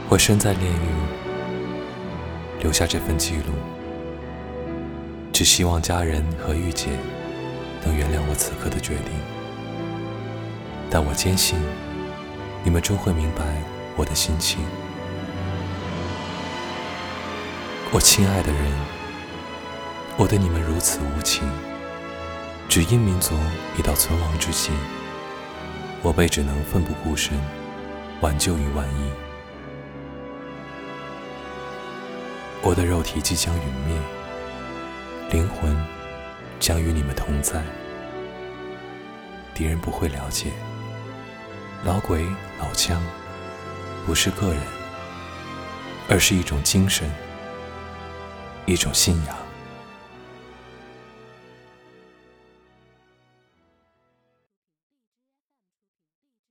我身在炼狱，留下这份记录，只希望家人和御姐能原谅我此刻的决定。但我坚信，你们终会明白我的心情。我亲爱的人，我对你们如此无情，只因民族已到存亡之际，我辈只能奋不顾身，挽救于万一。我的肉体即将陨灭，灵魂将与你们同在。敌人不会了解，老鬼老枪不是个人，而是一种精神，一种信仰。